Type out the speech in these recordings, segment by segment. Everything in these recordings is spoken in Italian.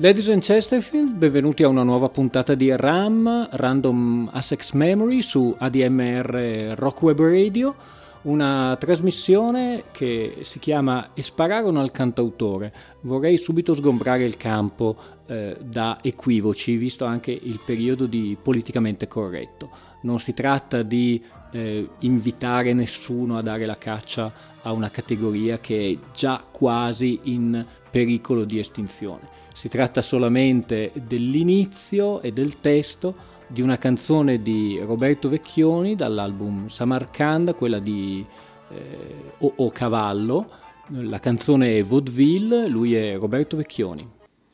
Ladies and Chesterfield, benvenuti a una nuova puntata di RAM, Random Access Memory su ADMR Rock Web Radio, una trasmissione che si chiama E spararono al cantautore. Vorrei subito sgombrare il campo da equivoci, visto anche il periodo di politicamente corretto. Non si tratta di invitare nessuno a dare la caccia a una categoria che è già quasi in pericolo di estinzione. Si tratta solamente dell'inizio e del testo di una canzone di Roberto Vecchioni dall'album Samarcanda, quella di O Cavallo. La canzone è Vaudeville, lui è Roberto Vecchioni.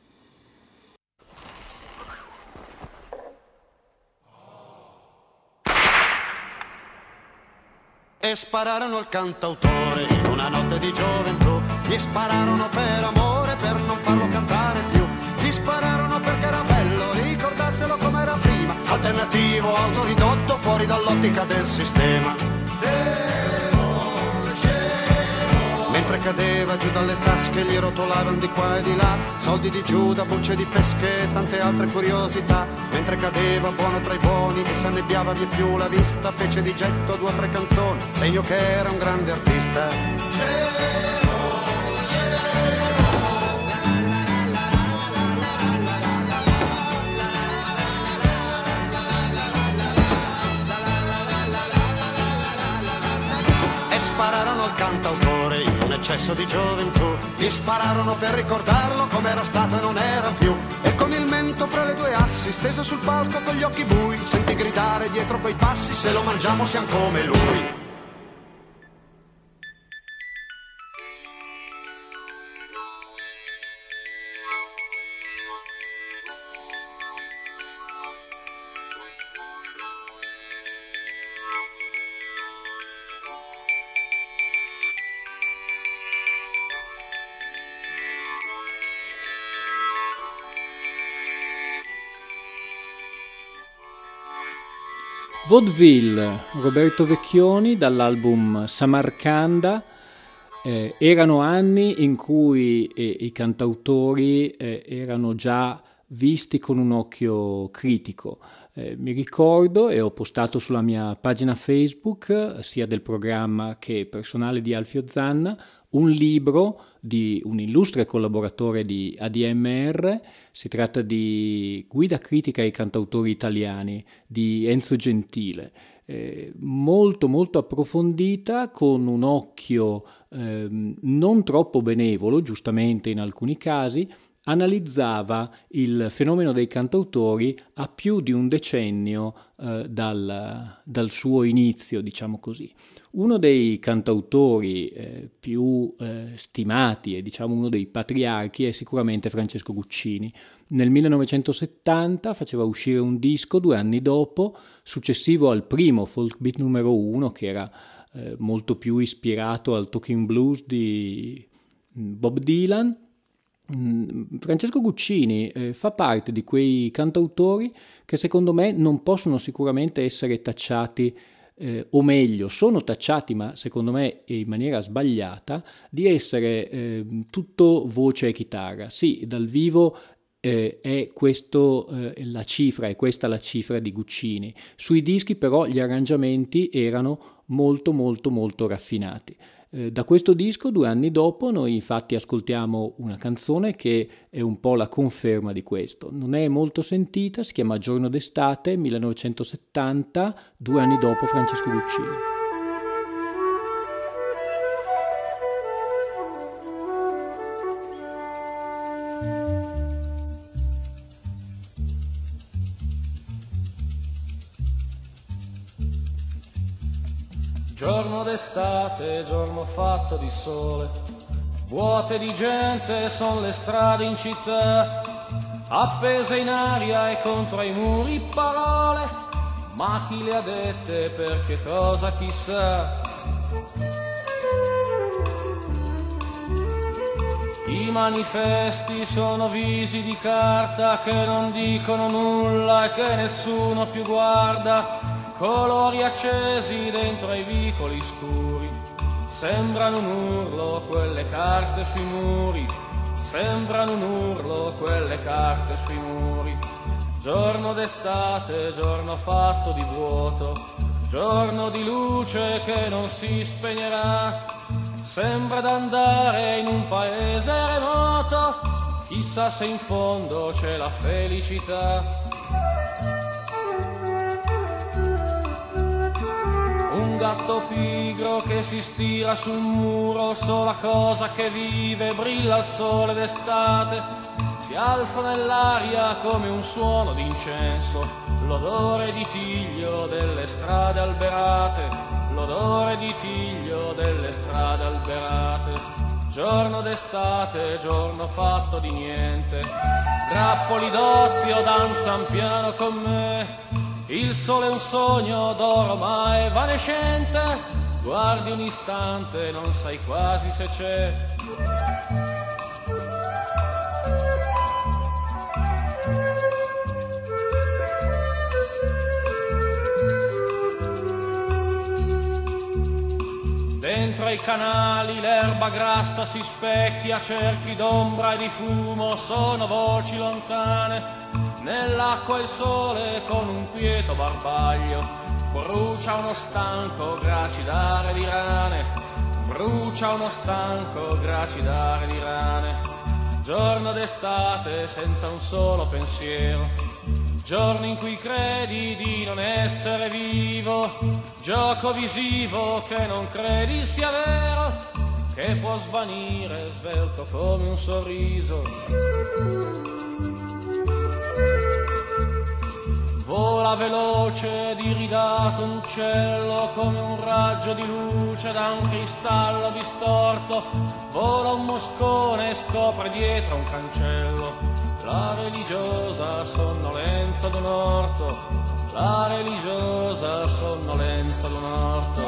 E spararono al cantautore in una notte di gioventù, gli spararono per amore, per non farlo cantare più, gli spararono perché era bello ricordarselo come era prima, alternativo, autoridotto, fuori dall'ottica del sistema. Mentre cadeva giù dalle tasche gli rotolavano di qua e di là, soldi di Giuda, bucce di pesche e tante altre curiosità. Mentre cadeva buono tra i buoni e s'annebbiava via più la vista, fece di getto 2 o 3 canzoni, segno che era un grande artista. E spararono al cantautore in un eccesso di gioventù, gli spararono per ricordarlo come era stato e non era più. E con il mento fra le 2 assi, steso sul palco con gli occhi bui, senti gridare dietro quei passi, se lo mangiamo siamo come lui. Vaudeville, Roberto Vecchioni dall'album Samarcanda. Erano anni in cui i cantautori erano già visti con un occhio critico. Mi ricordo e ho postato sulla mia pagina Facebook, sia del programma che personale di Alfio Zanna, un libro di un illustre collaboratore di ADMR. Si tratta di Guida critica ai cantautori italiani di Enzo Gentile, molto molto approfondita, con un occhio non troppo benevolo, giustamente in alcuni casi. Analizzava il fenomeno dei cantautori a più di un decennio dal suo inizio, diciamo così. Uno dei cantautori più stimati e diciamo uno dei patriarchi è sicuramente Francesco Guccini. Nel 1970 faceva uscire un disco 2 anni dopo, successivo al primo Folk Beat numero 1, che era molto più ispirato al talking blues di Bob Dylan. Francesco Guccini fa parte di quei cantautori che secondo me non possono sicuramente essere tacciati, o meglio sono tacciati, ma secondo me in maniera sbagliata, di essere tutto voce e chitarra. Sì, dal vivo è questo la cifra, è questa la cifra di Guccini. Sui dischi però gli arrangiamenti erano molto molto molto raffinati. Da questo disco 2 anni dopo noi infatti ascoltiamo una canzone che è un po' la conferma di questo. Non è molto sentita, si chiama Giorno d'estate, 1970, 2 anni dopo Francesco Guccini. Giorno d'estate, giorno fatto di sole, vuote di gente son le strade in città, appese in aria e contro i muri parole, ma chi le ha dette, per che cosa chissà. I manifesti sono visi di carta che non dicono nulla e che nessuno più guarda, colori accesi dentro ai vicoli scuri, sembrano un urlo quelle carte sui muri, sembrano un urlo quelle carte sui muri. Giorno d'estate, giorno fatto di vuoto, giorno di luce che non si spegnerà. Sembra d'andare in un paese remoto, chissà se in fondo c'è la felicità. Un gatto pigro che si stira sul muro, sola cosa che vive, brilla al sole d'estate. Si alza nell'aria come un suono d'incenso, l'odore di tiglio delle strade alberate, l'odore di tiglio delle strade alberate. Giorno d'estate, giorno fatto di niente, grappoli d'ozio danzan piano con me. Il sole è un sogno d'oro ma evanescente, guardi un istante, non sai quasi se c'è. Dentro ai canali l'erba grassa si specchia, cerchi d'ombra e di fumo, sono voci lontane. Nell'acqua il sole con un quieto barbaglio brucia uno stanco gracidare di rane, brucia uno stanco gracidare di rane. Giorno d'estate senza un solo pensiero, giorno in cui credi di non essere vivo, gioco visivo che non credi sia vero, che può svanire svelto come un sorriso. Vola veloce, diridato un uccello come un raggio di luce da un cristallo distorto. Vola un moscone e scopre dietro un cancello la religiosa sonnolenza d'un orto, la religiosa sonnolenza d'un orto.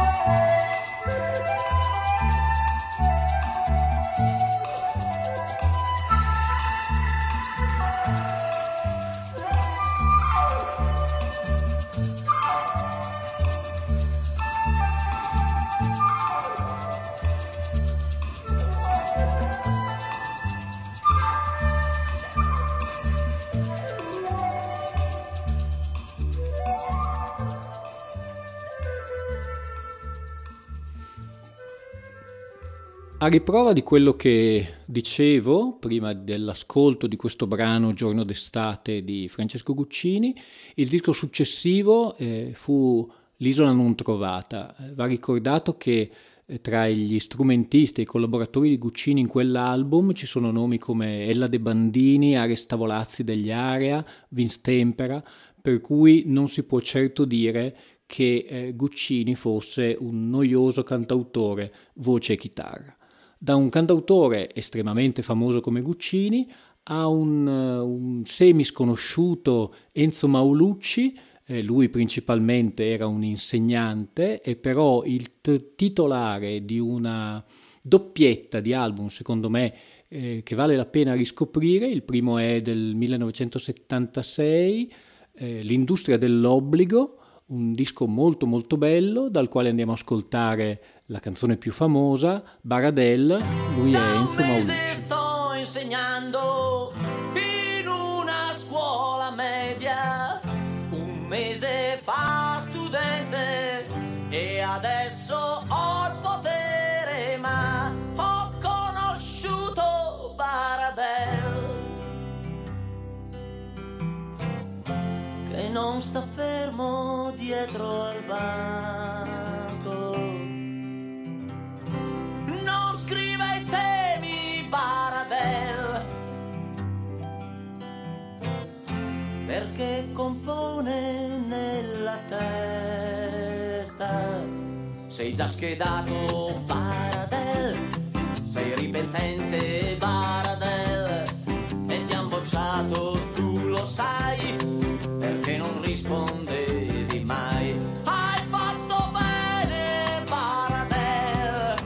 A riprova di quello che dicevo prima dell'ascolto di questo brano Giorno d'estate di Francesco Guccini, il disco successivo fu L'isola non trovata. Va ricordato che tra gli strumentisti e i collaboratori di Guccini in quell'album ci sono nomi come Ella De Bandini, Ares Tavolazzi degli Area, Vince Tempera, per cui non si può certo dire che Guccini fosse un noioso cantautore voce e chitarra. Da un cantautore estremamente famoso come Guccini a un semi-sconosciuto Enzo Maulucci, lui principalmente era un insegnante e però il titolare di una doppietta di album secondo me che vale la pena riscoprire. Il primo è del 1976, L'industria dell'obbligo, un disco molto molto bello dal quale andiamo a ascoltare la canzone più famosa, Baradel. Lui è Enzo Maulucci. Sto insegnando in una scuola media, un mese fa studente e adesso ho il potere, ma ho conosciuto Baradel che non sta fermo dietro al banco, non scrive i temi Baradel, perché compone nella testa. Sei già schedato Baradel, sei ripetente Baradel, e ti han bocciato, tu lo sai, perché non rispondevi mai. Hai fatto bene Baradel,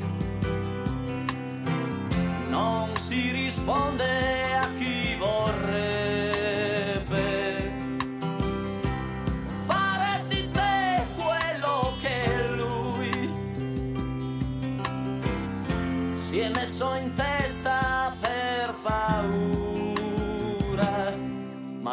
non si risponde a chi vorrebbe fare di te quello che lui si è messo in testa per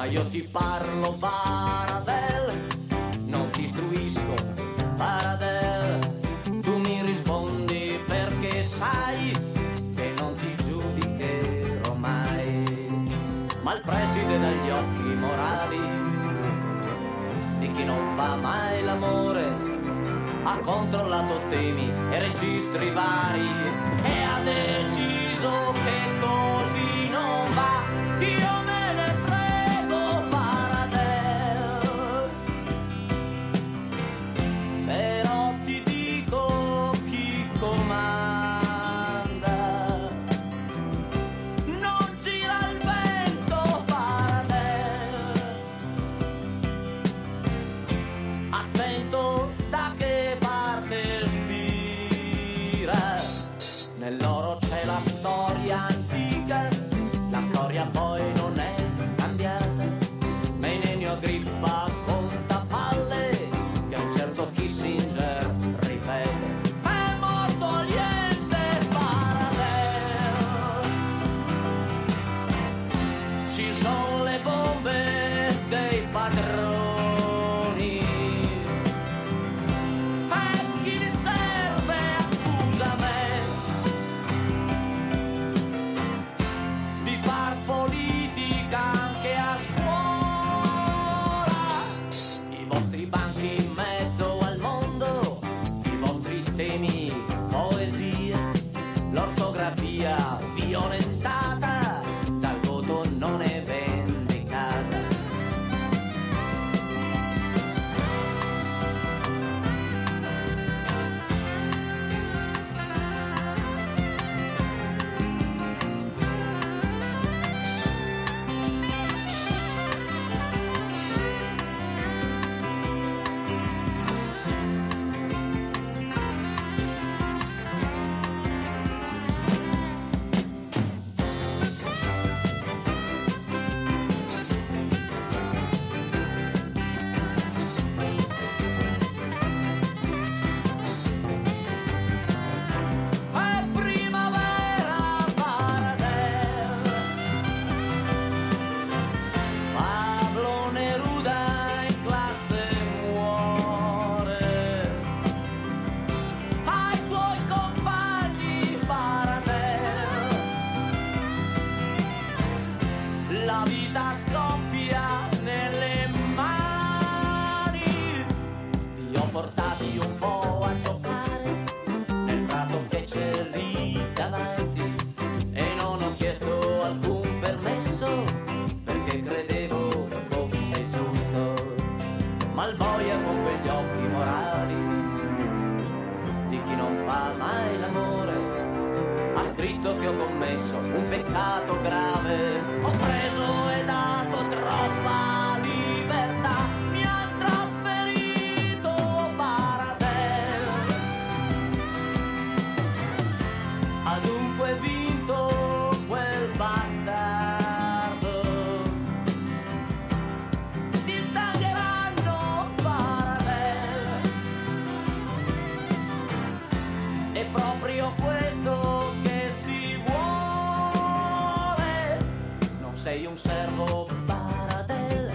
ma io ti parlo Paradel, non ti istruisco Paradel. Tu mi rispondi perché sai che non ti giudicherò mai, ma il preside dagli occhi morali di chi non fa mai l'amore ha controllato temi e registri vari e ha deciso che così non va. Io me ne frego Paradel, però ti dico chi comanda. Non gira il vento Paradel, attento da che parte spira. Nell'oro c'è la storia antica, la storia poi non è cambiata. Menenio Agrippa conta palle che un certo Kissinger ripete. È morto Allende Paradel, ci sono le bombe dei padroni. E chi serve accusa me di far politica anche a scuola. I vostri banchi in mezzo al mondo, i vostri temi, poesie, l'ortografia violentata dal voto non è vendicata. È primavera Paradel, Pablo Neruda in classe muore. Ai tuoi compagni Paradel, la vita scoppia nelle mani. Vi ho portati un po' a giocare nel prato che c'è lì davanti e non ho chiesto alcun permesso perché credevo fosse giusto. Ma il boia con quegli occhi morali di chi non fa mai l'amore ha scritto che ho commesso un peccato grave. Ho preso e dato troppa libertà, mi ha trasferito Paradel. Ha dunque vinto quel bastardo. Ti stagheranno Paradel, è proprio questo che si vuole. Non sei un servo Paradel,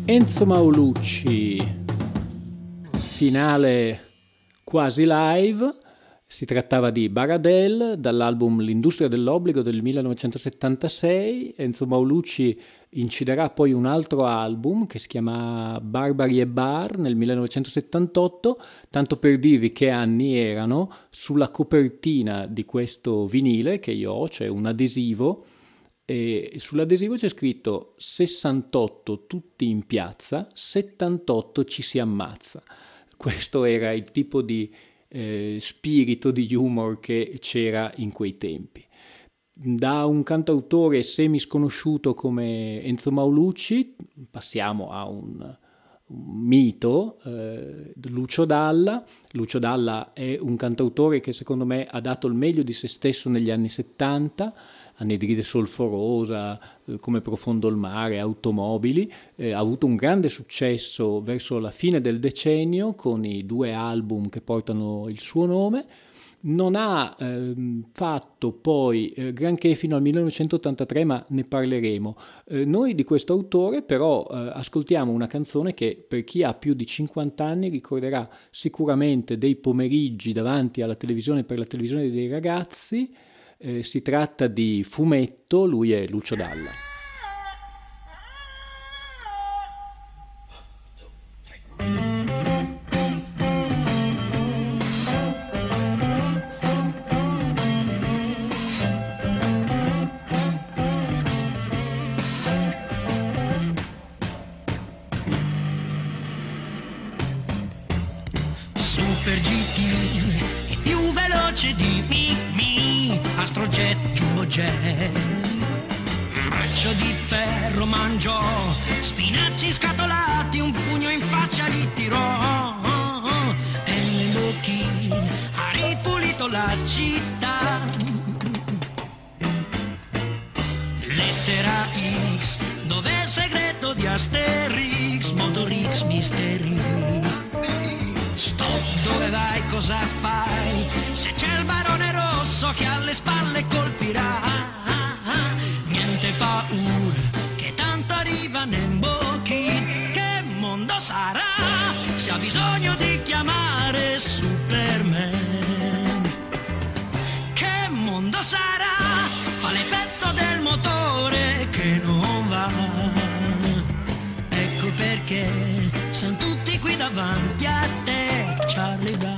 Enzo Maulucci, finale quasi live. Si trattava di Baradel dall'album L'industria dell'obbligo del 1976. Enzo Maulucci inciderà poi un altro album che si chiama Barbari e Bar nel 1978, tanto per dirvi che anni erano. Sulla copertina di questo vinile che io ho c'è un adesivo e sull'adesivo c'è scritto 68 tutti in piazza, 78 ci si ammazza. Questo era il tipo di spirito di humor che c'era in quei tempi. Da un cantautore semi sconosciuto come Enzo Maulucci passiamo a un mito, Lucio Dalla. Lucio Dalla è un cantautore che secondo me ha dato il meglio di se stesso negli anni 70, Anidride solforosa, Come profondo il mare, Automobili. Ha avuto un grande successo verso la fine del decennio con i 2 album che portano il suo nome. Non ha fatto poi granché fino al 1983, ma ne parleremo. Noi di questo autore però ascoltiamo una canzone che per chi ha più di 50 anni ricorderà sicuramente dei pomeriggi davanti alla televisione per la televisione dei ragazzi. Si tratta di Fumetto, lui è Lucio Dalla. Super GT è più veloce di Mi, Astrojet, Jumbo Jet. Braccio di ferro mangiò, spinaci scatolati, un pugno in faccia li tirò. E negli occhi ha ripulito la città. Lettera X, dove è il segreto di Asterix, Motorix, Misteri. Stop, dove vai, cosa fai? Se c'è il barone rosso che alle spalle colpirà. Niente paura, che tanto arriva Nembocchi. Che mondo sarà se ha bisogno di chiamare Superman? Che mondo sarà? Fa l'effetto del motore che non va. Ecco perché sono tutti qui davanti a te, Charlie Brown.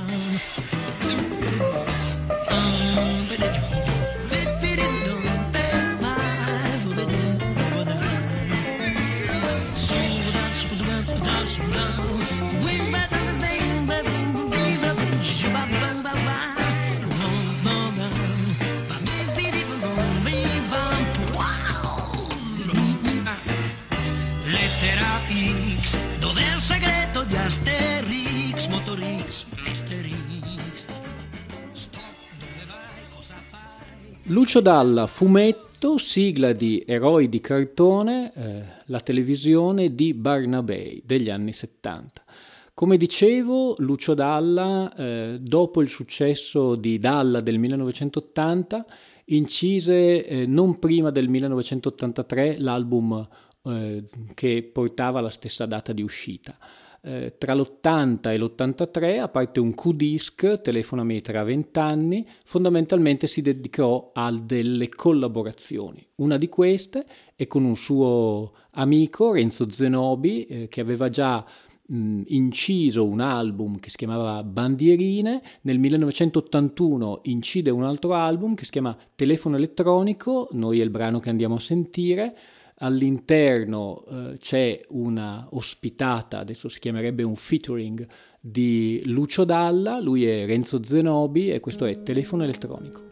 Lettera X, dove è il segreto di Asterix, Motorix, Misterix. Stop, dove vai, cosa fai? Lucio Dalla, Fumetto, sigla di Eroi di cartone, la televisione di Barnabei degli anni 70. Come dicevo, Lucio Dalla, dopo il successo di Dalla del 1980, incise non prima del 1983 l'album che portava la stessa data di uscita. Tra l'80 e l'83, a parte un Q-Disc, Telefonami tra 20 anni, fondamentalmente si dedicò a delle collaborazioni. Una di queste è con un suo amico, Renzo Zenobi, che aveva già inciso un album che si chiamava Bandierine. Nel 1981 incide un altro album che si chiama Telefono elettronico, noi è il brano che andiamo a sentire. All'interno c'è una ospitata, adesso si chiamerebbe un featuring, di Lucio Dalla, lui è Renzo Zenobi e questo è Telefono elettronico.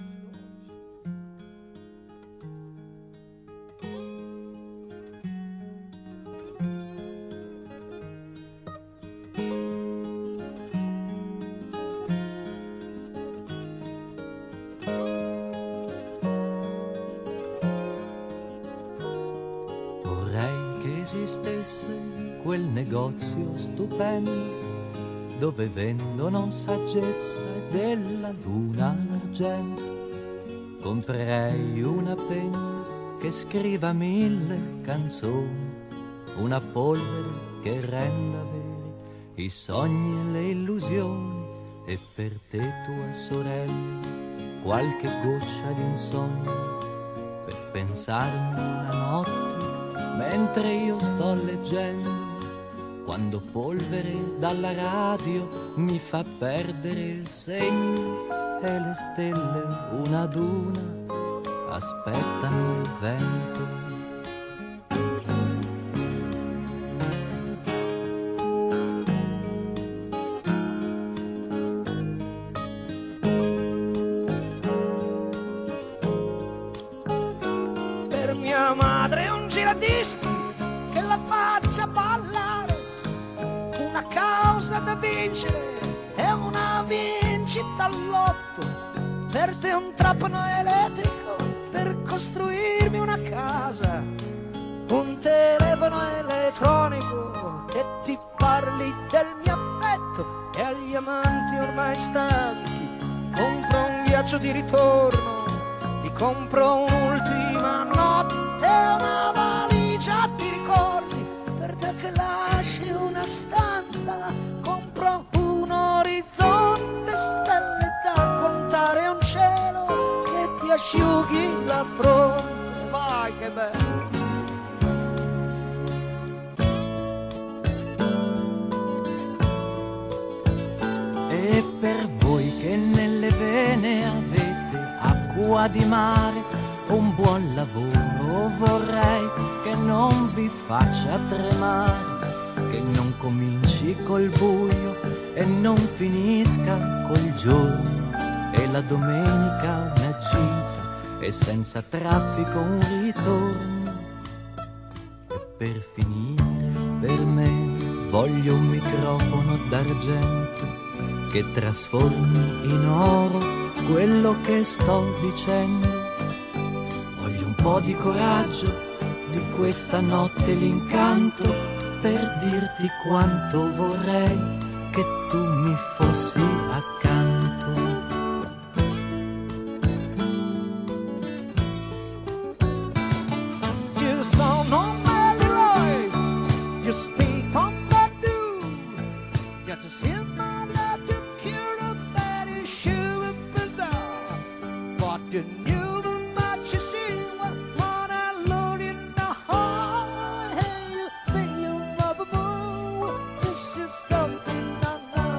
Esistesse quel negozio stupendo dove vendono saggezza della luna d'argento. Comprerei una penna che scriva 1000 canzoni una polvere che renda veri i sogni e le illusioni, e per te tua sorella qualche goccia d'insonnia per pensarmi la notte mentre io sto leggendo, quando polvere dalla radio mi fa perdere il segno e le stelle una ad una aspettano il vento. Per mia madre un giradischi che la faccia ballare, una causa da vincere e una vincita all'otto. Per te un trapano elettrico per costruirmi una casa, un telefono elettronico che ti parli del mio affetto, e agli amanti ormai stanchi compro un viaggio di ritorno, ti compro un'ultima notte e una valigia di ricordi. Per te che lasci una stanza compro un orizzonte, stelle da contare e un cielo che ti asciughi la fronte. Vai che bello! E per voi che nelle vene avete acqua di mare, un buon lavoro vorrei che non vi faccia tremare, che non cominci col buio e non finisca col giorno, e la domenica una gita e senza traffico un ritorno. E per finire, per me, voglio un microfono d'argento che trasformi in oro quello che sto dicendo. Voglio un po' di coraggio, di questa notte l'incanto, per dirti quanto vorrei che tu mi fossi accanto. You sound on many lies, you speak on the news, got to see my love to cure the bad issue of the dark. But you knew the much you see what I load in the heart. Hey, you think you love a boo, this is something I know.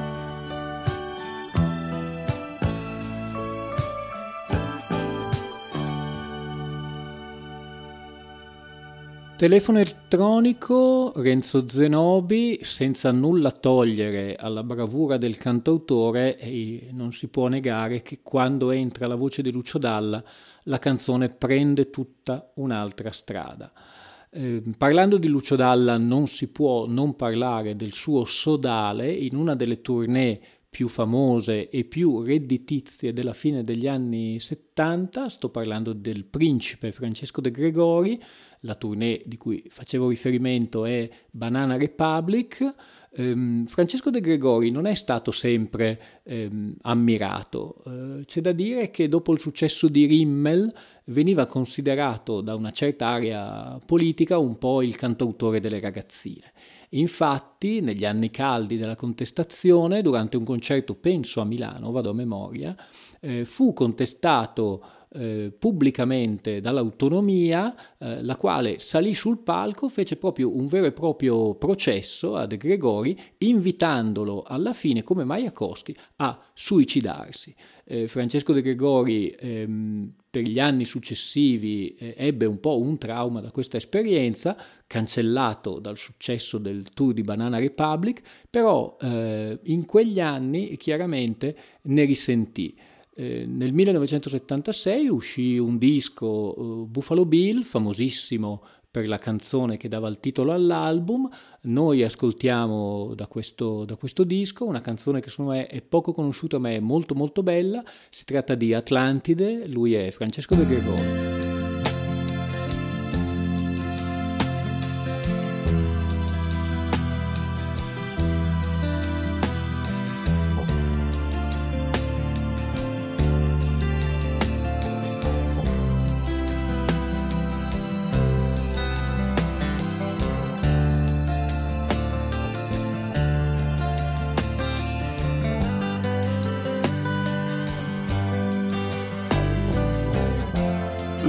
Telefono elettronico, Renzo Zenobi, senza nulla togliere alla bravura del cantautore, e non si può negare che quando entra la voce di Lucio Dalla la canzone prende tutta un'altra strada. Parlando di Lucio Dalla non si può non parlare del suo Sodale, in una delle tournée più famose e più redditizie della fine degli anni 70, sto parlando del Principe Francesco De Gregori. La tournée di cui facevo riferimento è Banana Republic. Francesco De Gregori non è stato sempre ammirato. C'è da dire che dopo il successo di Rimmel veniva considerato da una certa area politica un po' il cantautore delle ragazzine. Infatti, negli anni caldi della contestazione, durante un concerto, penso a Milano, vado a memoria, fu contestato pubblicamente dall'Autonomia, la quale salì sul palco, fece proprio un vero e proprio processo a De Gregori, invitandolo alla fine, come Majakovskij, a suicidarsi. Francesco De Gregori per gli anni successivi ebbe un po' un trauma da questa esperienza, cancellato dal successo del tour di Banana Republic, però in quegli anni chiaramente ne risentì. Nel 1976 uscì un disco, Buffalo Bill, famosissimo per la canzone che dava il titolo all'album. Noi ascoltiamo da questo disco una canzone che secondo me è poco conosciuta ma è molto molto bella. Si tratta di Atlantide, lui è Francesco De Gregori.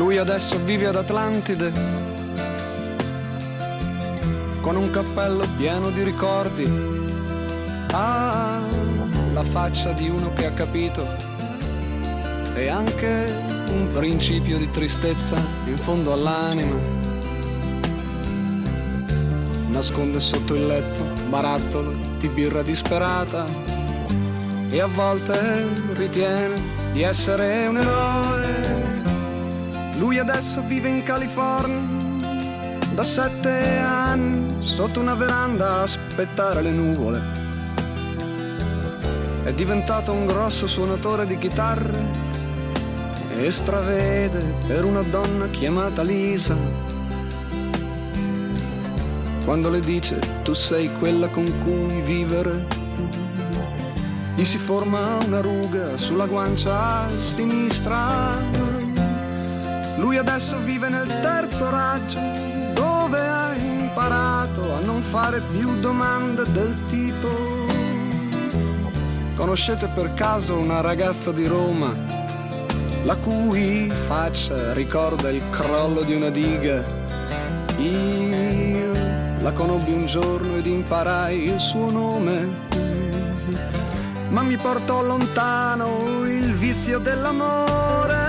Lui adesso vive ad Atlantide, con un cappello pieno di ricordi. Ha la faccia di uno che ha capito e anche un principio di tristezza in fondo all'anima. Nasconde sotto il letto barattolo di birra disperata e a volte ritiene di essere un eroe. Lui adesso vive in California da 7 anni, sotto una veranda a aspettare le nuvole. È diventato un grosso suonatore di chitarre e stravede per una donna chiamata Lisa. Quando le dice tu sei quella con cui vivere, gli si forma una ruga sulla guancia sinistra. Lui adesso vive nel terzo raggio, dove ha imparato a non fare più domande del tipo: conoscete per caso una ragazza di Roma la cui faccia ricorda il crollo di una diga? Io la conobbi un giorno ed imparai il suo nome, ma mi portò lontano il vizio dell'amore.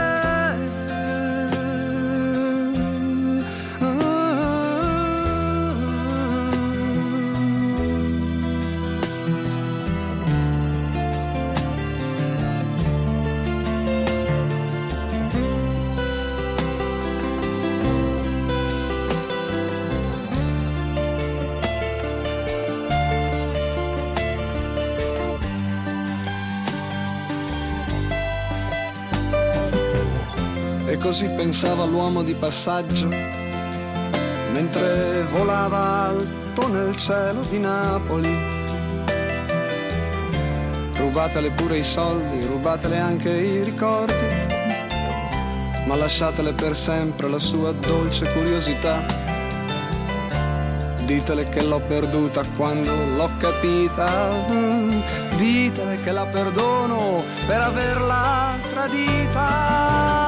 E così pensava l'uomo di passaggio, mentre volava alto nel cielo di Napoli. Rubatele pure i soldi, rubatele anche i ricordi, ma lasciatele per sempre la sua dolce curiosità. Ditele che l'ho perduta quando l'ho capita, ditele che la perdono per averla tradita.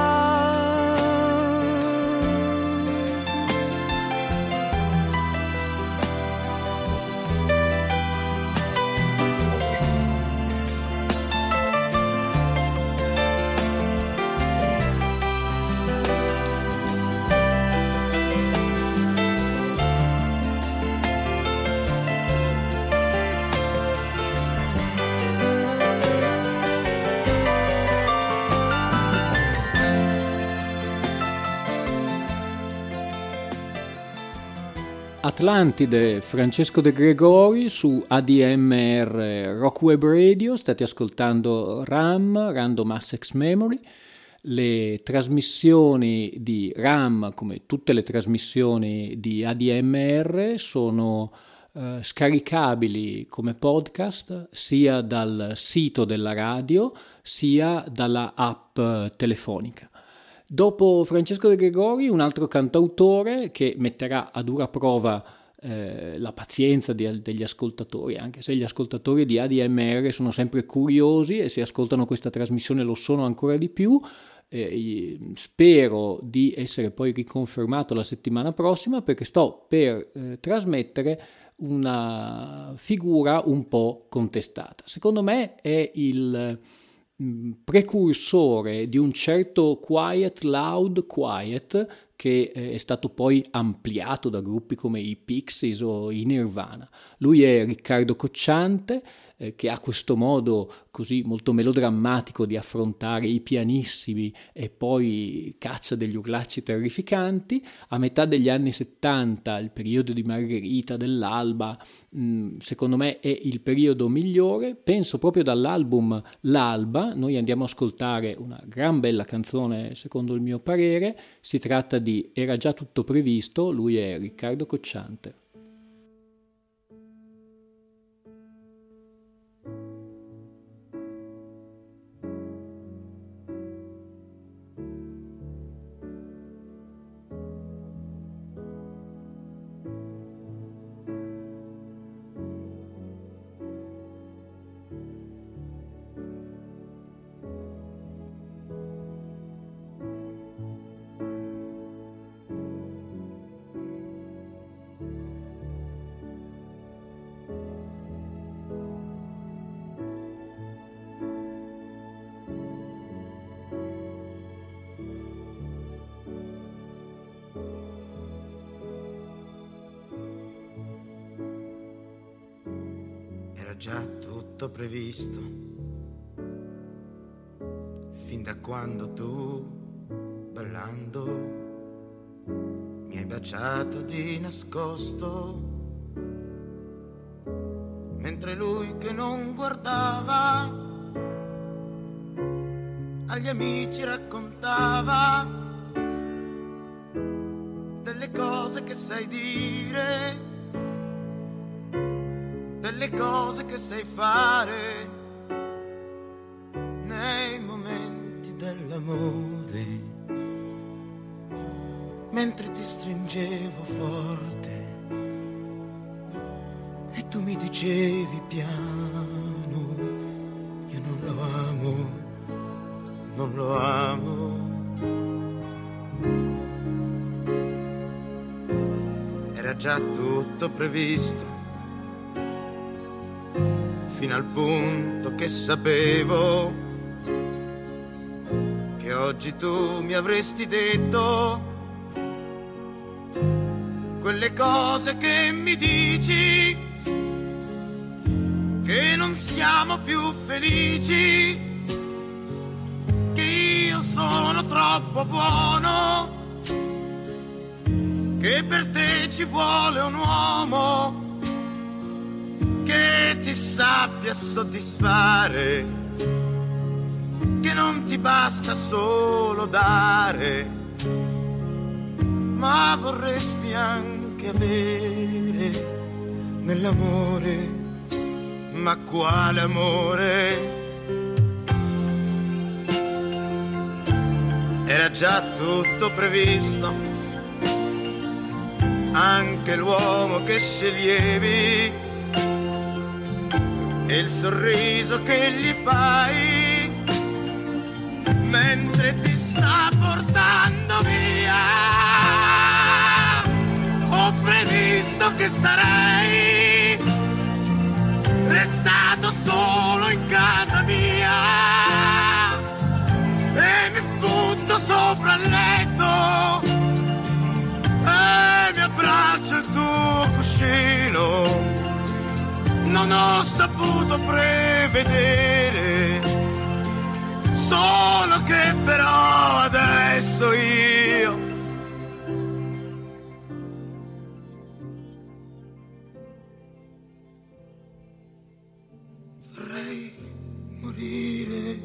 Atlantide, Francesco De Gregori su ADMR Rock Web Radio. State ascoltando RAM, Random Access Memory. Le trasmissioni di RAM, come tutte le trasmissioni di ADMR, sono scaricabili come podcast sia dal sito della radio sia dalla app telefonica. Dopo Francesco De Gregori, un altro cantautore che metterà a dura prova la pazienza degli ascoltatori, anche se gli ascoltatori di ADMR sono sempre curiosi e se ascoltano questa trasmissione lo sono ancora di più. Spero di essere poi riconfermato la settimana prossima, perché sto per trasmettere una figura un po' contestata. Secondo me è il precursore di un certo quiet, loud quiet, che è stato poi ampliato da gruppi come i Pixies o i Nirvana. Lui è Riccardo Cocciante, che ha questo modo così molto melodrammatico di affrontare i pianissimi e poi caccia degli urlacci terrificanti. A metà degli anni 70, il periodo di Margherita, dell'Alba, secondo me è il periodo migliore. Penso proprio dall'album L'Alba noi andiamo a ascoltare una gran bella canzone, secondo il mio parere. Si tratta di Era già tutto previsto. Lui è Riccardo Cocciante. Era già tutto previsto, fin da quando tu, ballando, mi hai baciato di nascosto, mentre lui che non guardava agli amici raccontava delle cose che sai dire, delle cose che sai fare nei momenti dell'amore, mentre ti stringevo forte e tu mi dicevi piano, io non lo amo, non lo amo. Era già tutto previsto, fino al punto che sapevo che oggi tu mi avresti detto quelle cose che mi dici, che non siamo più felici, che io sono troppo buono, che per te ci vuole un uomo che ti sappia soddisfare, che non ti basta solo dare, ma vorresti anche avere nell'amore. Ma quale amore? Era già tutto previsto, anche l'uomo che sceglievi e il sorriso che gli fai mentre ti sta portando via. Ho previsto che sarei restato solo in casa mia e mi butto sopra il letto e mi abbraccio il tuo cuscino. Non ho saputo prevedere, solo che però adesso io vorrei morire.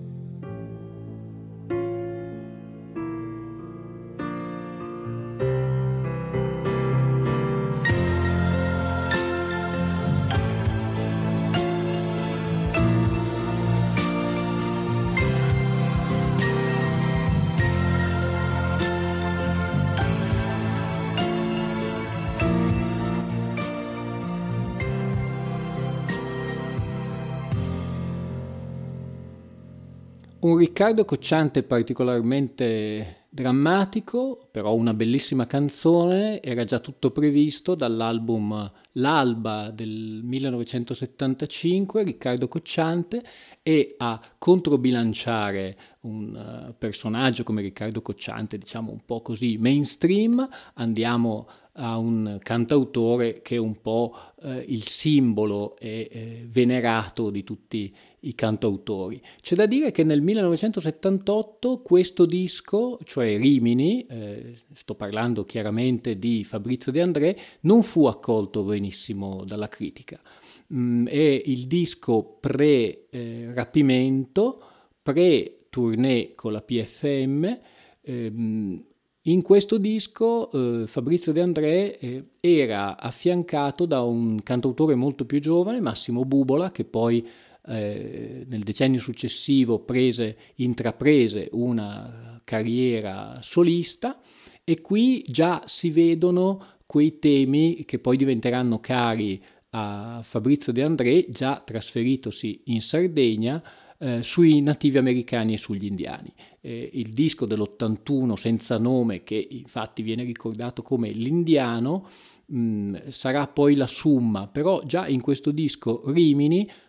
Un Riccardo Cocciante particolarmente drammatico, però una bellissima canzone. Era già tutto previsto dall'album L'Alba del 1975, Riccardo Cocciante, e a controbilanciare un personaggio come Riccardo Cocciante, diciamo un po' così mainstream, andiamo a un cantautore che è un po' il simbolo e venerato di tutti i cantautori. C'è da dire che nel 1978 questo disco, cioè Rimini, sto parlando chiaramente di Fabrizio De André, non fu accolto benissimo dalla critica. È il disco pre-rapimento, pre-tournée con la PFM. In questo disco Fabrizio De André era affiancato da un cantautore molto più giovane, Massimo Bubola, che poi nel decennio successivo intraprese una carriera solista, e qui già si vedono quei temi che poi diventeranno cari a Fabrizio De André, già trasferitosi in Sardegna, sui nativi americani e sugli indiani. Il disco dell'81 senza nome, che infatti viene ricordato come L'Indiano, sarà poi la summa, però già in questo disco Rimini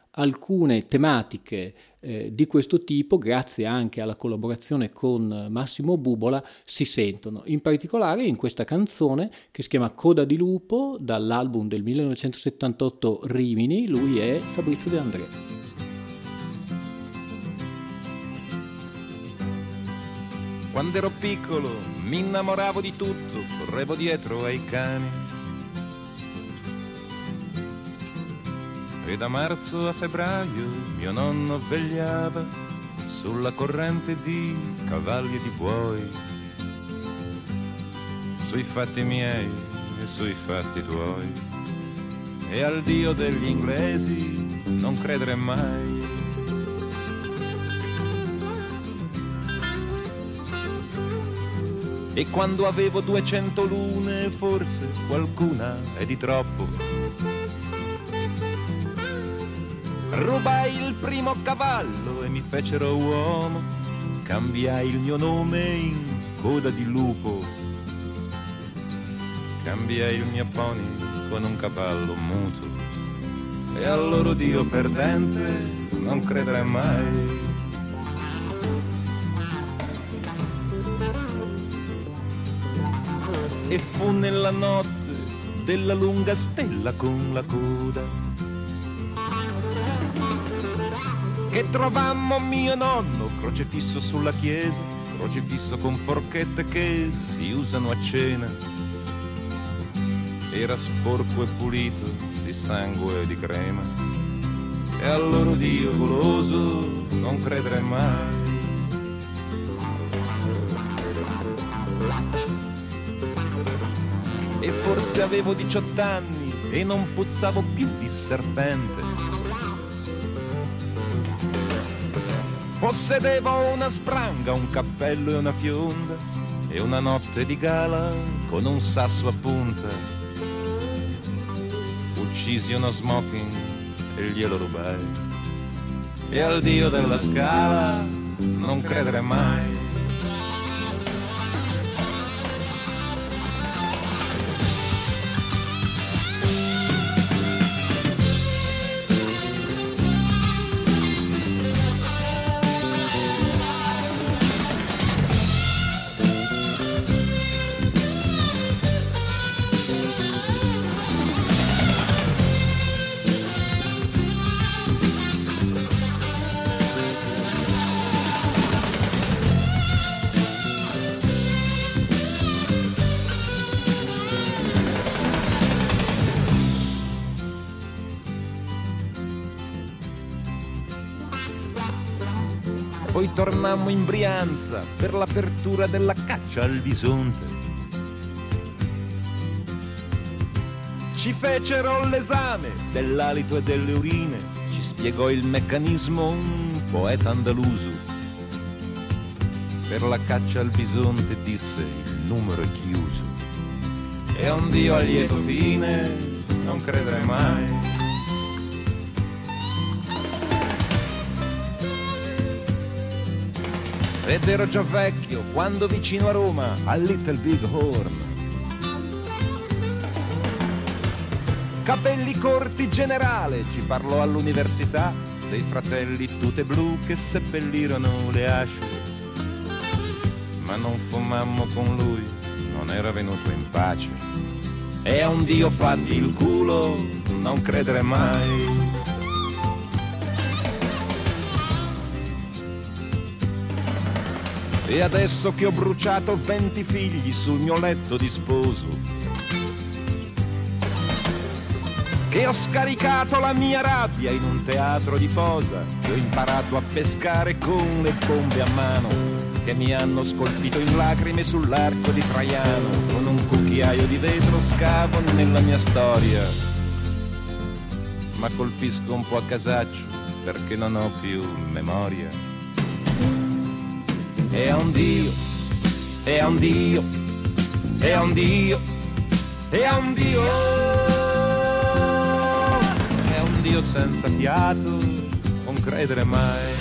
alcune tematiche di questo tipo, grazie anche alla collaborazione con Massimo Bubola, si sentono, in particolare in questa canzone che si chiama Coda di lupo, dall'album del 1978 Rimini. Lui è Fabrizio De André. Quando ero piccolo mi innamoravo di tutto, correvo dietro ai cani. E da marzo a febbraio mio nonno vegliava sulla corrente di cavalli e di buoi, sui fatti miei e sui fatti tuoi. E al Dio degli inglesi non credere mai. E quando avevo 200 lune, forse qualcuna è di troppo, rubai il primo cavallo e mi fecero uomo, cambiai il mio nome in Coda di lupo, cambiai il mio pony con un cavallo muto. E al loro Dio perdente non credere mai. E fu nella notte della lunga stella con la coda che trovammo mio nonno crocefisso sulla chiesa, crocefisso con forchette che si usano a cena. Era sporco e pulito di sangue e di crema. E al loro Dio goloso non credere mai. E forse avevo 18 anni e non puzzavo più di serpente. Possedevo una spranga, un cappello e una fionda e una notte di gala con un sasso a punta. Uccisi uno smoking e glielo rubai. E al Dio della Scala non credere mai. Poi tornammo in Brianza per l'apertura della caccia al bisonte. Ci fecero l'esame dell'alito e delle urine, ci spiegò il meccanismo un poeta andaluso. Per la caccia al bisonte disse il numero è chiuso. E a un Dio a lieto fine non credere mai. Ed ero già vecchio quando vicino a Roma, al Little Big Horn, capelli corti generale, ci parlò all'università dei fratelli tute blu che seppellirono le asce. Ma non fumammo con lui, non era venuto in pace. E a un Dio fatti il culo non credere mai. E adesso che ho bruciato 20 figli sul mio letto di sposo, che ho scaricato la mia rabbia in un teatro di posa, che ho imparato a pescare con le bombe a mano, che mi hanno scolpito in lacrime sull'arco di Traiano, con un cucchiaio di vetro scavo nella mia storia, ma colpisco un po' a casaccio perché non ho più memoria. E a un Dio, e a un Dio, e a un Dio, e a un Dio, e a un Dio senza fiato, non credere mai.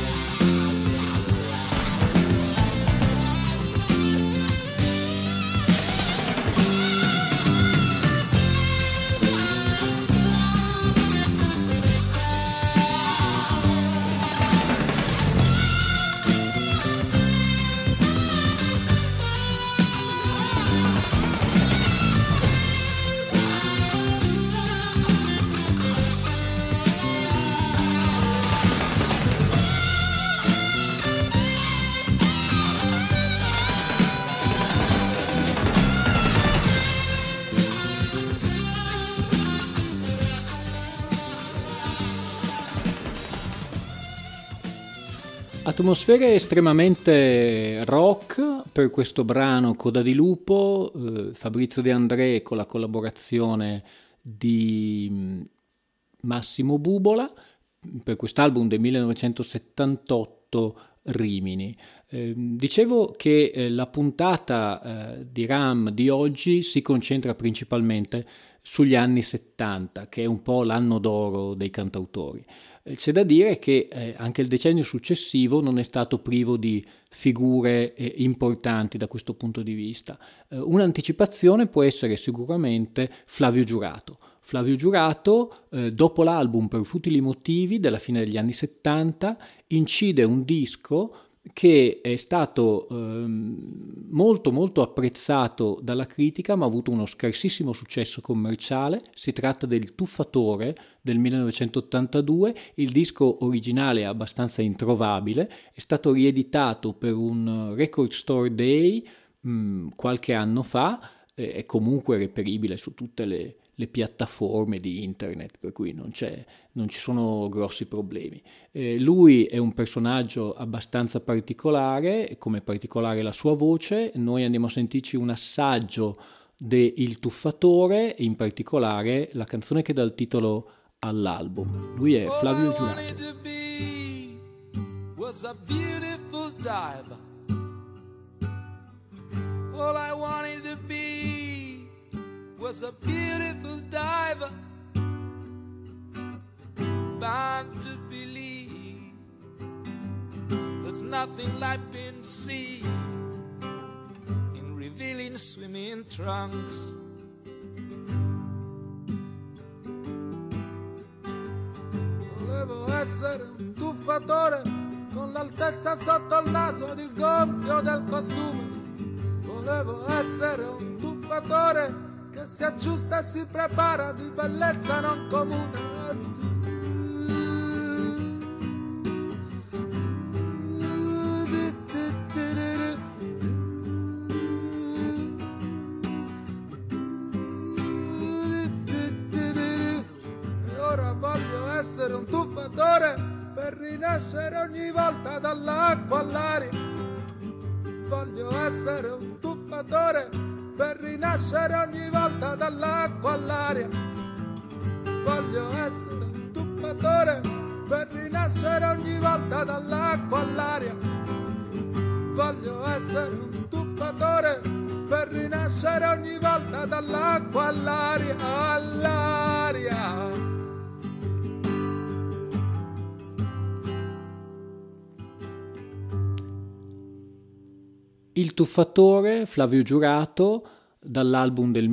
Atmosfere estremamente rock per questo brano Coda di Lupo, Fabrizio De André con la collaborazione di Massimo Bubola per quest'album del 1978 Rimini. Dicevo che la puntata di RAM di oggi si concentra principalmente sugli anni 70, che è un po' l'anno d'oro dei cantautori. C'è da dire che anche il decennio successivo non è stato privo di figure importanti da questo punto di vista. Un'anticipazione può essere sicuramente Flavio Giurato. Flavio Giurato, dopo l'album Per futili motivi della fine degli anni 70, incide un disco che è stato molto molto apprezzato dalla critica, ma ha avuto uno scarsissimo successo commerciale. Si tratta del Tuffatore del 1982. Il disco originale è abbastanza introvabile, è stato rieditato per un Record Store Day qualche anno fa, è comunque reperibile su tutte le piattaforme di internet, per cui non ci sono grossi problemi. Lui è un personaggio abbastanza particolare, come particolare la sua voce. Noi andiamo a sentirci un assaggio de Il Tuffatore, in particolare la canzone che dà il titolo all'album. Lui è Flavio Giurato. All I wanted to be was a beautiful diver, bound to believe there's nothing life can see in revealing swimming trunks. Volevo essere un tuffatore con l'altezza sotto il naso ed il gonfio del costume. Volevo essere un tuffatore che si aggiusta e si prepara di bellezza non comune. E ora voglio essere un tuffatore per rinascere ogni volta dall'acqua all'aria. Voglio essere un tuffatore per rinascere ogni volta dall'acqua all'aria. Voglio essere un tuffatore per rinascere ogni volta dall'acqua all'aria. Voglio essere un tuffatore per rinascere ogni volta dall'acqua all'aria, all'aria. Il Tuffatore, Flavio Giurato, dall'album del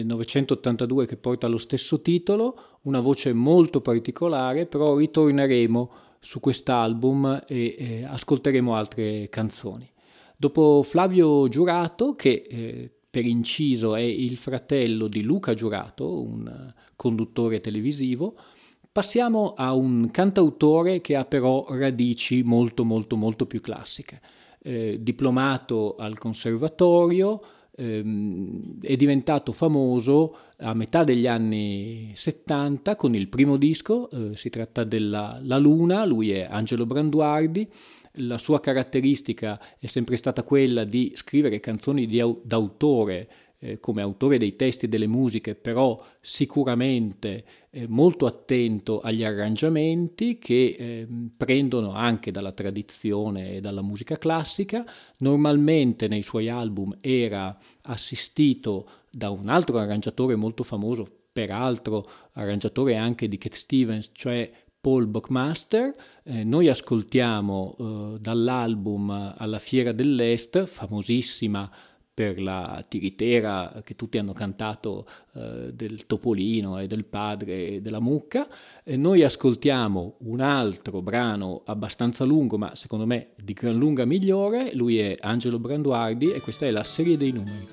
1982 che porta lo stesso titolo, una voce molto particolare, però ritorneremo su quest'album e ascolteremo altre canzoni. Dopo Flavio Giurato, che per inciso è il fratello di Luca Giurato, un conduttore televisivo, passiamo a un cantautore che ha però radici molto molto molto più classiche. Diplomato al conservatorio, è diventato famoso a metà degli anni 70 con il primo disco, si tratta della La Luna. Lui è Angelo Branduardi. La sua caratteristica è sempre stata quella di scrivere canzoni d'autore, come autore dei testi e delle musiche, però sicuramente molto attento agli arrangiamenti che prendono anche dalla tradizione e dalla musica classica. Normalmente nei suoi album era assistito da un altro arrangiatore molto famoso, peraltro arrangiatore anche di Cat Stevens, cioè Paul Buckmaster. Noi ascoltiamo dall'album Alla Fiera dell'Est, famosissima per la tiritera che tutti hanno cantato del Topolino e del padre e della mucca. Noi ascoltiamo un altro brano abbastanza lungo, ma secondo me di gran lunga migliore. Lui è Angelo Branduardi e questa è La Serie dei Numeri.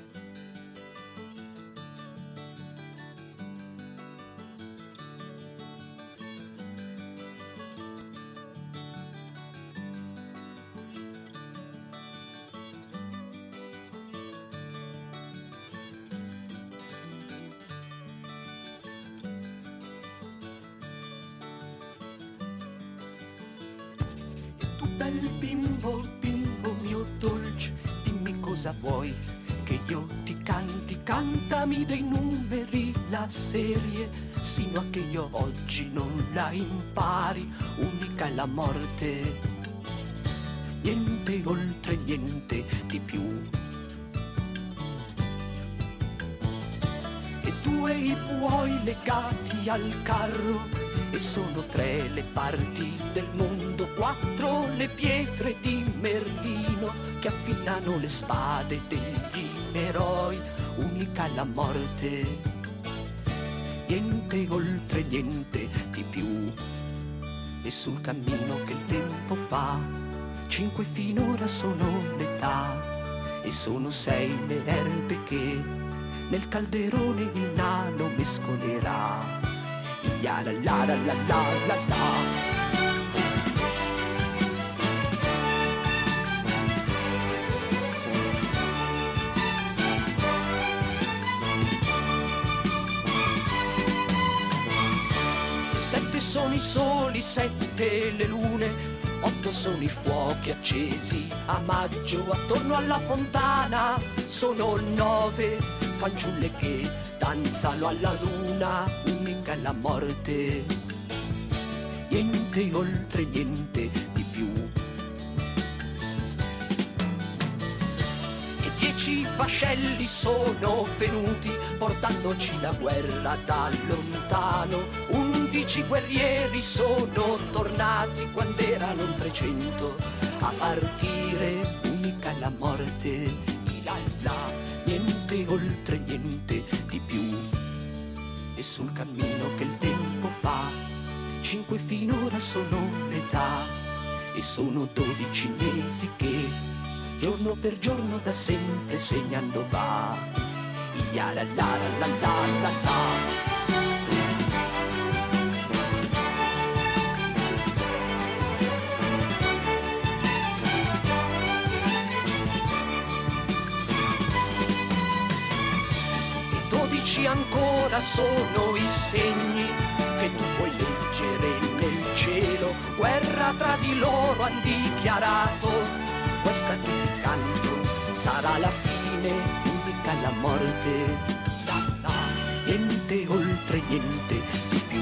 Tutte bel bimbo, bimbo mio dolce, dimmi cosa vuoi che io ti canti, cantami dei numeri, la serie, sino a che io oggi non la impari, unica è la morte, niente oltre, niente di più. E due i buoi legati al carro, e sono 3 le parti del mondo, 4 le pietre di Merlino che affilano le spade degli eroi, unica è la morte, niente oltre, niente di più. E sul cammino che il tempo fa, 5 finora sono l'età, e sono 6 le erbe che nel calderone il nano mescolerà. Ya la la la la la la la. Sette sono i soli, 7 le lune, 8 sono i fuochi accesi a maggio attorno alla fontana, sono 9 fanciulle che danzano alla luna, unica è la morte, niente oltre, niente di più. E 10 vascelli sono venuti portandoci la guerra da lontano, 11 guerrieri sono tornati quando erano 300 a partire, unica è la morte, la la, niente oltre, niente di più. E sul cammino che il tempo fa, 5 finora sono l'età, e sono 12 mesi che giorno per giorno da sempre segnando va. Ya la la la la la la. Ancora sono i segni che tu puoi leggere nel cielo, guerra tra di loro han dichiarato, questa che ti canto sarà la fine, unica la morte, la la, niente oltre, niente di più.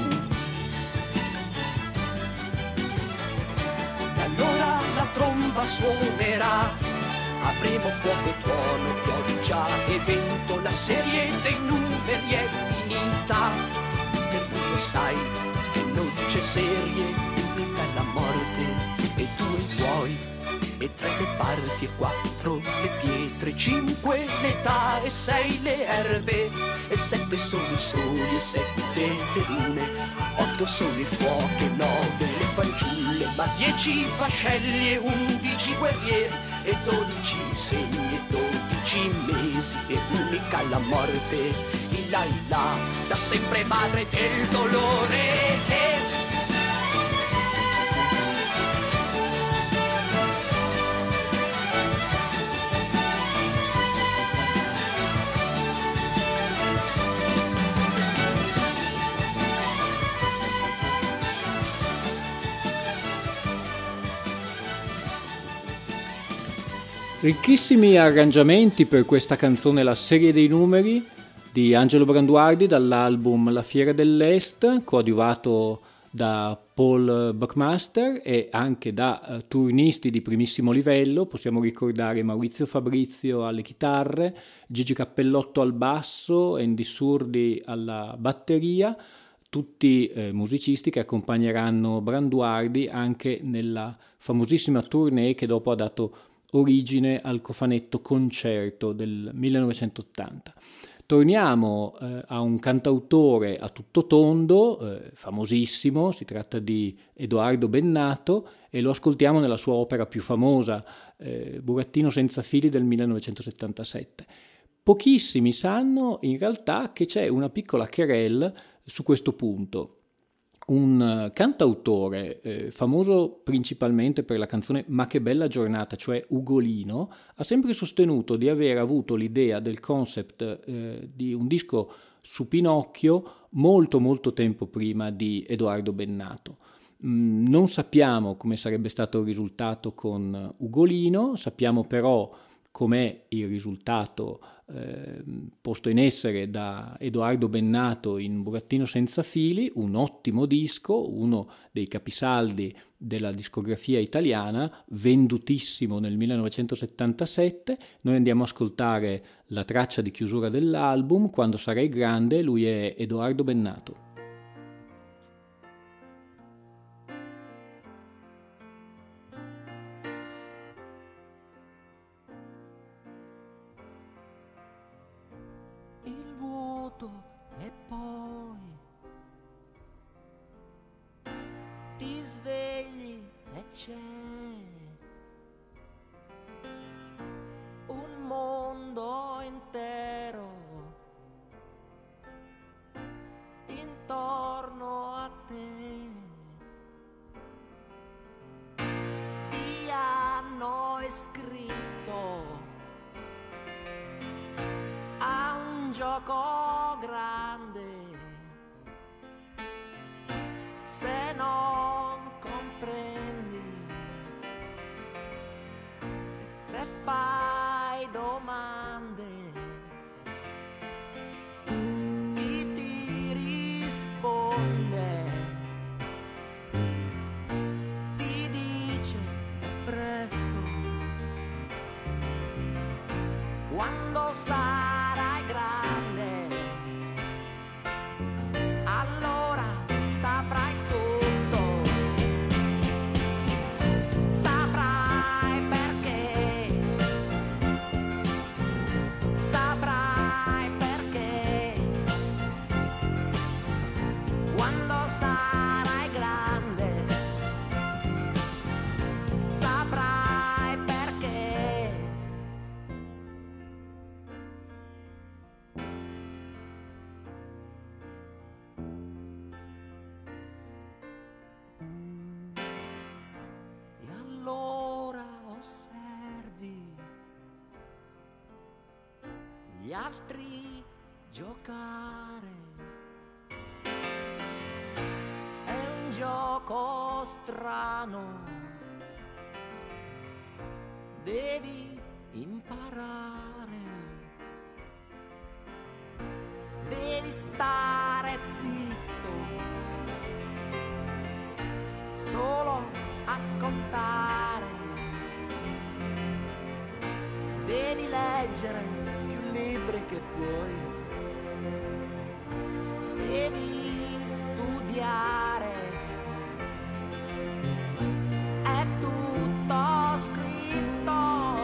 E allora la tromba suonerà, avremo fuoco e tuono, pioggia e vento, la serie dei numeri è finita, per tu lo sai che non c'è serie, unica la morte, e 2 i tuoi, e 3 le parti, e 4 le pietre, 5 l'età, e 6 le erbe, e 7 sono i soli, e 7 le lune, 8 sono i fuochi, e 9 le fanciulle, ma 10 vascelli e 11 guerrieri, e 12 segni, e 12 mesi, e unica la morte, il là, da sempre madre del dolore che... Ricchissimi arrangiamenti per questa canzone La serie dei numeri di Angelo Branduardi dall'album La fiera dell'Est, coadiuvato da Paul Buckmaster e anche da turnisti di primissimo livello. Possiamo ricordare Maurizio Fabrizio alle chitarre, Gigi Cappellotto al basso, Andy Surdi alla batteria, tutti musicisti che accompagneranno Branduardi anche nella famosissima tournée che dopo ha dato origine al cofanetto Concerto del 1980. Torniamo a un cantautore a tutto tondo, famosissimo, si tratta di Edoardo Bennato e lo ascoltiamo nella sua opera più famosa, Burattino senza fili del 1977. Pochissimi sanno in realtà che c'è una piccola querelle su questo punto. Un cantautore famoso principalmente per la canzone Ma che bella giornata, cioè Ugolino, ha sempre sostenuto di aver avuto l'idea del concept di un disco su Pinocchio molto molto tempo prima di Edoardo Bennato. Non sappiamo come sarebbe stato il risultato con Ugolino, sappiamo però com'è il risultato posto in essere da Edoardo Bennato in Burattino senza fili, un ottimo disco, uno dei capisaldi della discografia italiana, vendutissimo nel 1977. Noi andiamo a ascoltare la traccia di chiusura dell'album, Quando sarai grande. Lui è Edoardo Bennato. E poi ti svegli e c'è un mondo intero intorno a te. Ti hanno iscritto a un gioco grande, se non comprendi, se fai domande, chi ti risponde, ti dice presto, quando sarai grande, allora saprai tutto, saprai perché, saprai perché, quando sarai grande, saprai perché. Allora osservi gli altri giocare, è un gioco strano, devi imparare, devi stare zitto, solo ascoltare, devi leggere più libri che puoi, devi studiare, è tutto scritto,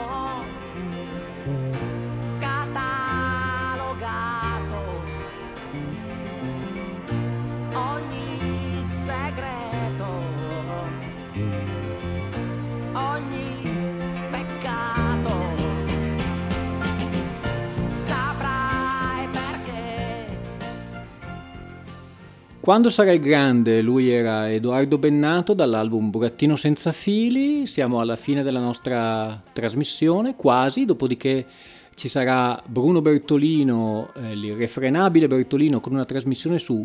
catalogato, ogni segreto, ogni peccato, saprai perché. Quando sarai grande, lui era Edoardo Bennato dall'album Burattino senza fili. Siamo alla fine della nostra trasmissione, quasi, dopodiché ci sarà Bruno Bertolino, l'irrefrenabile Bertolino, con una trasmissione su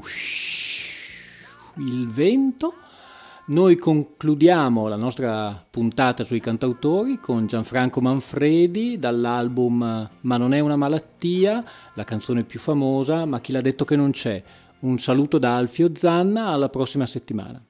il vento. Noi concludiamo la nostra puntata sui cantautori con Gianfranco Manfredi dall'album Ma non è una malattia, la canzone più famosa, Ma chi l'ha detto che non c'è. Un saluto da Alfio Zanna, alla prossima settimana.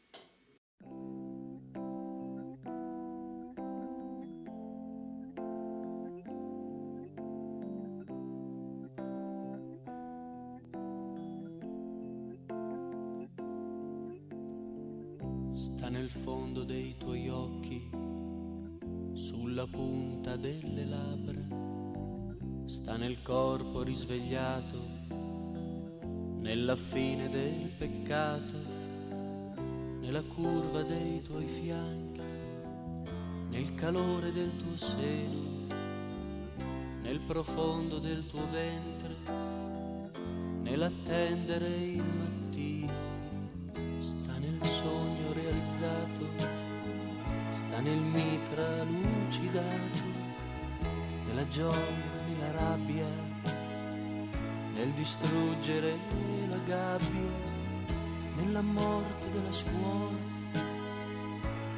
Sta nel fondo dei tuoi occhi, sulla punta delle labbra, sta nel corpo risvegliato, nella fine del peccato, nella curva dei tuoi fianchi, nel calore del tuo seno, nel profondo del tuo ventre, nell'attendere il mattino, sta nel sogno realizzato, sta nel mitra lucidato, nella gioia, nella rabbia, nel distruggere la gabbia, nella morte della scuola,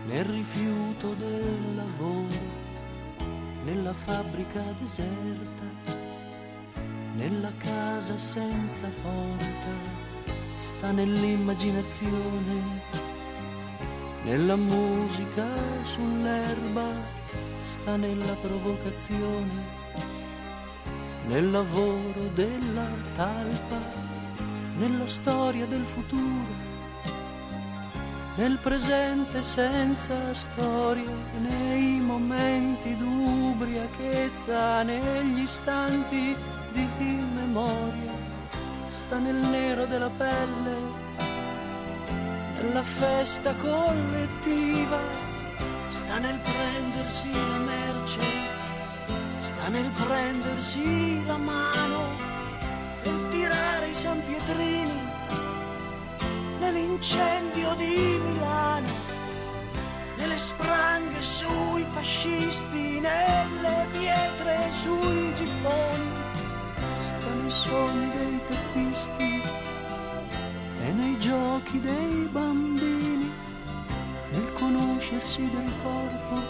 nel rifiuto del lavoro, nella fabbrica deserta, nella casa senza porta, sta nell'immaginazione, nella musica sull'erba, sta nella provocazione, nel lavoro della talpa, nella storia del futuro, nel presente senza storie, nei momenti d'ubriachezza, negli istanti di memoria, sta nel nero della pelle, nella festa collettiva, sta nel prendersi la merce, sta nel prendersi la mano, nel tirare i San Pietrini, nell'incendio di Milano, nelle spranghe sui fascisti, nelle pietre sui gibboni, sta nei sogni dei teppisti e nei giochi dei bambini, nel conoscersi del corpo,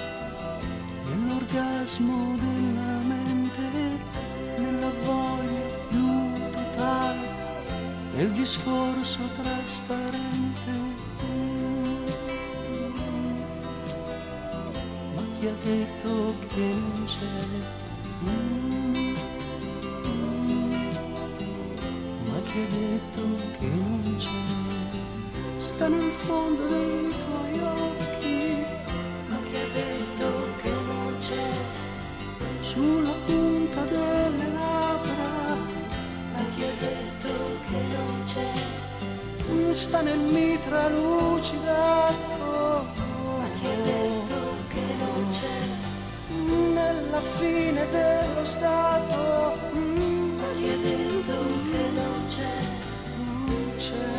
nell'orgasmo della mente, nella voglia più totale, nel discorso trasparente. Ma chi ha detto che non c'è? Ma chi ha detto che non c'è? Sta nel fondo dei tuoi occhi. Ma chi ha detto che non c'è? Sulla punta delle labbra. Ma chi ha detto che non c'è? Sta nel mitra lucidato. Ma chi ha detto che non c'è? Nella fine dello stato. Ma chi ha detto che non c'è? C'è.